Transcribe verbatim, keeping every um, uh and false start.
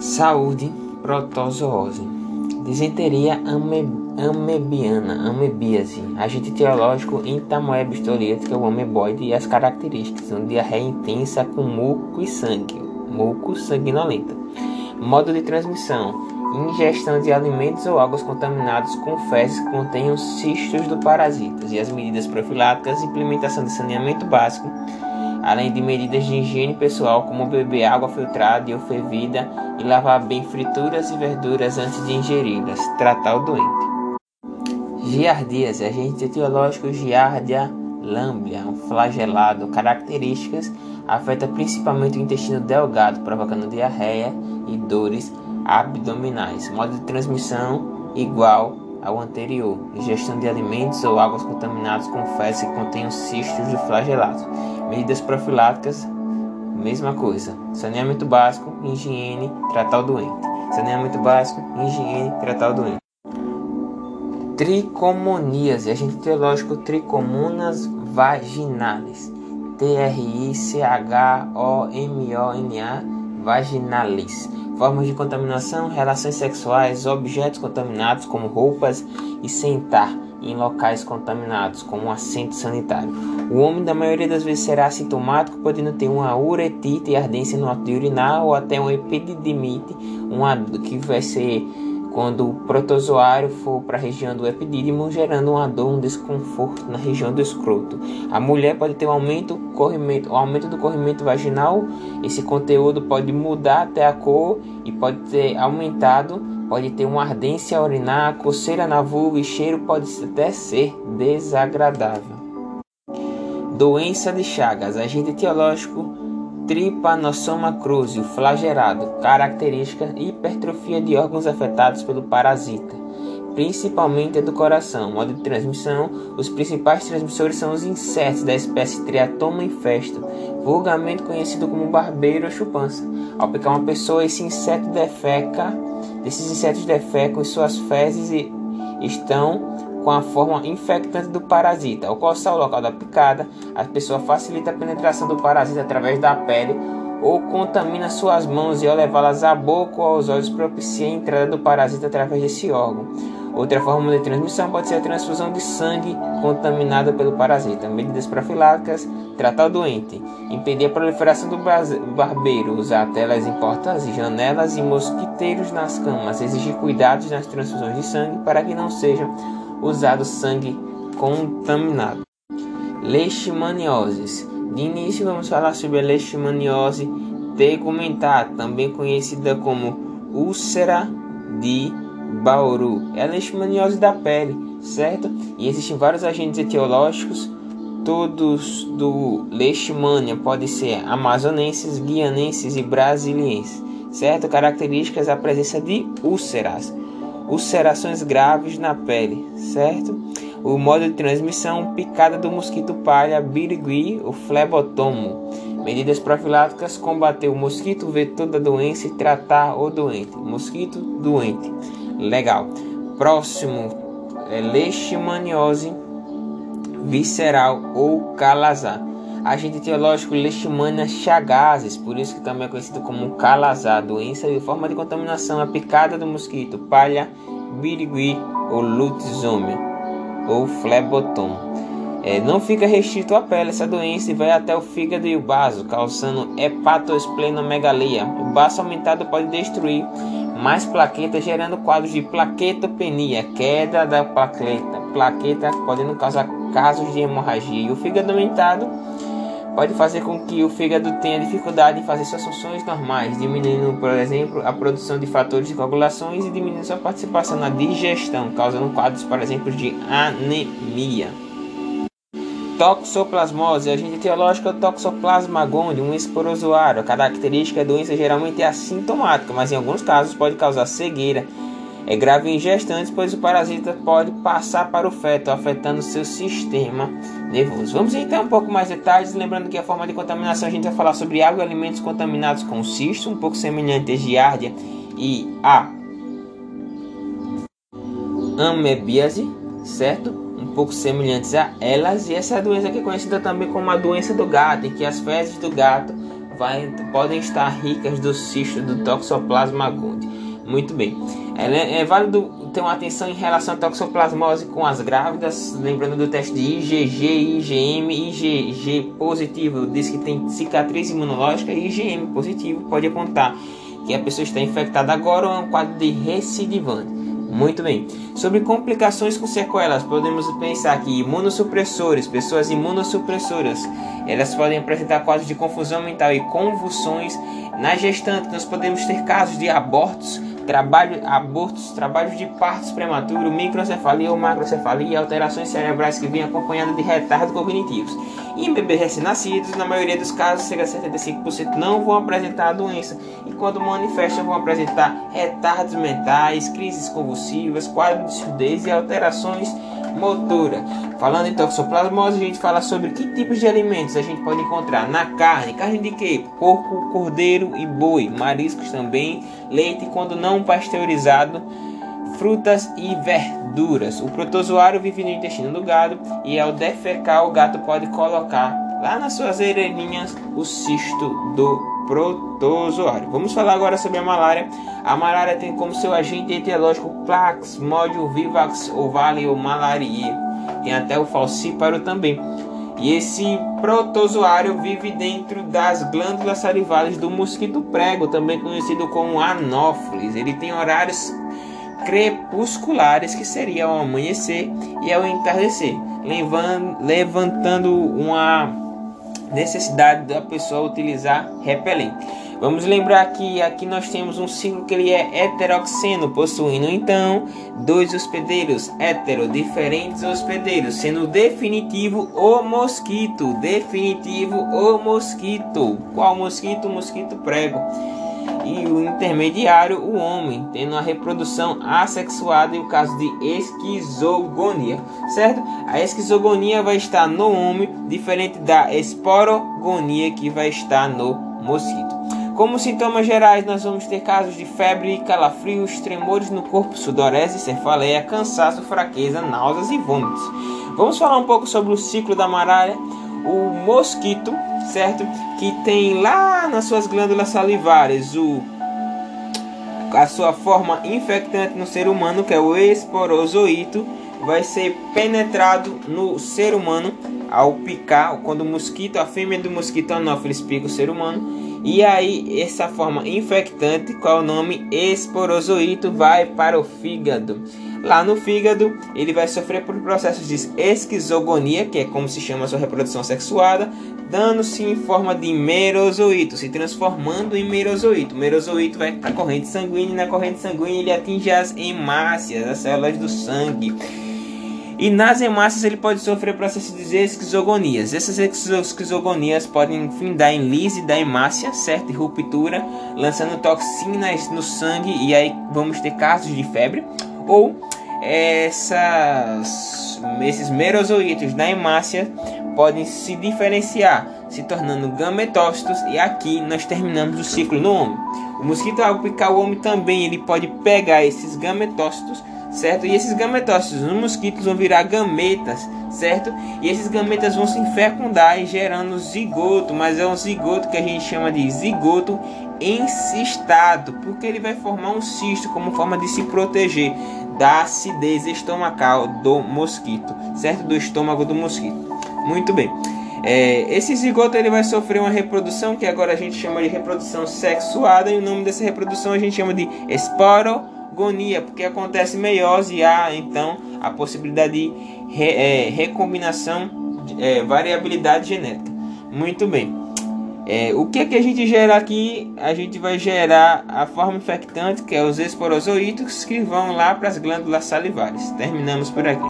Saúde, protozoose, disenteria ame, amebiana, amebíase, agente etiológico, entamoeba histolítica, o ameboide e as características, uma diarreia intensa com muco e sangue, muco sanguinolenta. Modo de transmissão, ingestão de alimentos ou águas contaminados com fezes que contenham cistos do parasitas, e as medidas profiláticas, implementação de saneamento básico, além de medidas de higiene pessoal, como beber água filtrada e ou fervida e lavar bem frituras e verduras antes de ingeri-las. Tratar o doente. Giardíase, agente etiológico Giardia lamblia, um flagelado. Características: afeta principalmente o intestino delgado, provocando diarreia e dores abdominais. Modo de transmissão igual ao anterior, ingestão de alimentos ou águas contaminadas com fezes que contenham cistos de flagelados. Medidas profiláticas, mesma coisa. Saneamento básico, higiene, tratar o doente. Saneamento básico, higiene, tratar o doente. Tricomoníase, agente etiológico Trichomonas vaginalis, T R I C H O M O N A vaginalis. Formas de contaminação, relações sexuais, objetos contaminados como roupas e sentar em locais contaminados como um assento sanitário. O homem da maioria das vezes será assintomático, podendo ter uma uretite e ardência no ato de urinar ou até uma epididimite, uma, que vai ser quando o protozoário for para a região do epidídimo, gerando uma dor, um desconforto na região do escroto. A mulher pode ter um aumento, corrimento, um aumento do corrimento vaginal, esse conteúdo pode mudar até a cor e pode ter aumentado, pode ter uma ardência a urinar, coceira na vulva e cheiro pode até ser desagradável. Doença de Chagas, agente etiológico Trypanosoma cruzi, flagelado. Característica: hipertrofia de órgãos afetados pelo parasita, principalmente a do coração. Modo de transmissão: os principais transmissores são os insetos da espécie Triatoma infesto, vulgarmente conhecido como barbeiro ou chupança. Ao picar uma pessoa, esse inseto defeca, esses insetos defecam em suas fezes e estão com a forma infectante do parasita. Ao coçar o local da picada, a pessoa facilita a penetração do parasita através da pele ou contamina suas mãos e ao levá-las à boca ou aos olhos propicia a entrada do parasita através desse órgão. Outra forma de transmissão pode ser a transfusão de sangue contaminada pelo parasita. Medidas profiláticas: tratar o doente, impedir a proliferação do barbeiro, usar telas em portas e janelas e mosquiteiros nas camas, exigir cuidados nas transfusões de sangue para que não sejam usado sangue contaminado. Leishmanioses. De início vamos falar sobre a leishmaniose tegumentar, também conhecida como úlcera de Bauru. É a leishmaniose da pele, certo? E existem vários agentes etiológicos, todos do leishmania podem ser amazonenses, guianenses e brasilienses, certo? Características: a presença de úlceras, ulcerações graves na pele, certo? O modo de transmissão: picada do mosquito palha, birigui ou flebotomo. Medidas profiláticas: combater o mosquito vetor da doença e tratar o doente. Mosquito doente. Legal. Próximo é leishmaniose visceral ou calazar. Agente etiológico Leishmania chagensis, por isso que também é conhecido como calazar. Doença de forma de contaminação: a picada do mosquito palha, birigui ou lutisômia ou flebotomo. É, não fica restrito à pele essa doença e vai até o fígado e o baço, causando hepatosplenomegalia. O baço aumentado pode destruir mais plaquetas, gerando quadros de plaquetopenia, queda da plaqueta, plaqueta podendo causar casos de hemorragia. E o fígado aumentado pode fazer com que o fígado tenha dificuldade em fazer suas funções normais, diminuindo, por exemplo, a produção de fatores de coagulações e diminuindo sua participação na digestão, causando quadros, por exemplo, de anemia. Toxoplasmose, agente etiológico Toxoplasma gondii, um esporozoário. A característica da doença geralmente é assintomática, mas em alguns casos pode causar cegueira. É grave em gestantes, pois o parasita pode passar para o feto, afetando seu sistema nervoso. Vamos então um pouco mais detalhes, lembrando que a forma de contaminação a gente vai falar sobre água e alimentos contaminados com cisto, um pouco semelhante a Giardia e a amebíase, certo? Um pouco semelhantes a elas, e essa doença aqui é conhecida também como a doença do gato, em que as fezes do gato vai, podem estar ricas do cisto do Toxoplasma gondii. Muito bem. É, é válido ter uma atenção em relação à toxoplasmose com as grávidas, lembrando do teste de I G G, I G M, I G G positivo diz que tem cicatriz imunológica, e I G M positivo pode apontar que a pessoa está infectada agora ou é um quadro de recidivante. Muito bem. Sobre complicações com sequelas, podemos pensar que imunossupressores, pessoas imunossupressoras, elas podem apresentar quadros de confusão mental e convulsões. Na gestante, nós podemos ter casos de abortos, trabalho, abortos, trabalhos de partos prematuros, microcefalia ou macrocefalia e alterações cerebrais que vêm acompanhadas de retardos cognitivos. E em bebês recém-nascidos, na maioria dos casos, cerca de setenta e cinco por cento não vão apresentar a doença, e quando manifestam vão apresentar retardos mentais, crises convulsivas, quadros de surdez e alterações motoras. Falando em toxoplasmose, a gente fala sobre que tipos de alimentos a gente pode encontrar na carne. Carne de quê? Porco, cordeiro e boi. Mariscos também, leite quando não pasteurizado, frutas e verduras. O protozoário vive no intestino do gado e ao defecar o gato pode colocar lá nas suas orelhinhas o cisto do protozoário. Vamos falar agora sobre a malária. A malária tem como seu agente etiológico Plasmodium vivax ovale ou malariae. Tem até o falcíparo também. E esse protozoário vive dentro das glândulas salivares do mosquito prego, também conhecido como anófeles. Ele tem horários crepusculares, que seria ao amanhecer e ao entardecer, levantando uma necessidade da pessoa utilizar repelente. Vamos lembrar que aqui nós temos um ciclo que ele é heteroxeno, possuindo então dois hospedeiros hetero, diferentes hospedeiros, sendo o definitivo o mosquito, definitivo o mosquito. Qual mosquito? O mosquito prego. E o intermediário, o homem, tendo a reprodução assexuada e o caso de esquizogonia, certo? A esquizogonia vai estar no homem, diferente da esporogonia que vai estar no mosquito. Como sintomas gerais, nós vamos ter casos de febre, calafrios, tremores no corpo, sudorese, cefaleia, cansaço, fraqueza, náuseas e vômitos. Vamos falar um pouco sobre o ciclo da malária. O mosquito, certo? Que tem lá nas suas glândulas salivares o, a sua forma infectante no ser humano, que é o esporozoito, vai ser penetrado no ser humano ao picar, quando o mosquito, a fêmea do mosquito anófeles pica o ser humano. E aí essa forma infectante, qual é o nome? Esporozoito, vai para o fígado. Lá no fígado, ele vai sofrer por processos de esquizogonia, que é como se chama a sua reprodução sexuada, dando-se em forma de merozoito, se transformando em merozoito. O merozoito vai para a corrente sanguínea, e na corrente sanguínea ele atinge as hemácias, as células do sangue. E nas hemácias ele pode sofrer processos de esquizogonias. Essas esquizogonias podem findar em lise da hemácia, certo? E ruptura, lançando toxinas no sangue, e aí vamos ter casos de febre. Ou essas, esses merozoítos na hemácia podem se diferenciar, se tornando gametócitos, e aqui nós terminamos o ciclo no homem. O mosquito, ao picar o homem também, ele pode pegar esses gametócitos, certo? E esses gametócitos nos mosquitos vão virar gametas, certo? E esses gametas vão se fecundar e gerando zigoto, mas é um zigoto que a gente chama de zigoto encistado, porque ele vai formar um cisto como forma de se proteger da acidez estomacal do mosquito, certo? Do estômago do mosquito. Muito bem. É, esse zigoto ele vai sofrer uma reprodução que agora a gente chama de reprodução sexuada, e o nome dessa reprodução a gente chama de esporogonia, porque acontece meiose e há então a possibilidade de re, é, recombinação, é, variabilidade genética. Muito bem. É, o que é que a gente gera aqui? A gente vai gerar a forma infectante, que é os esporozoítos, que vão lá para as glândulas salivares. Terminamos por aqui.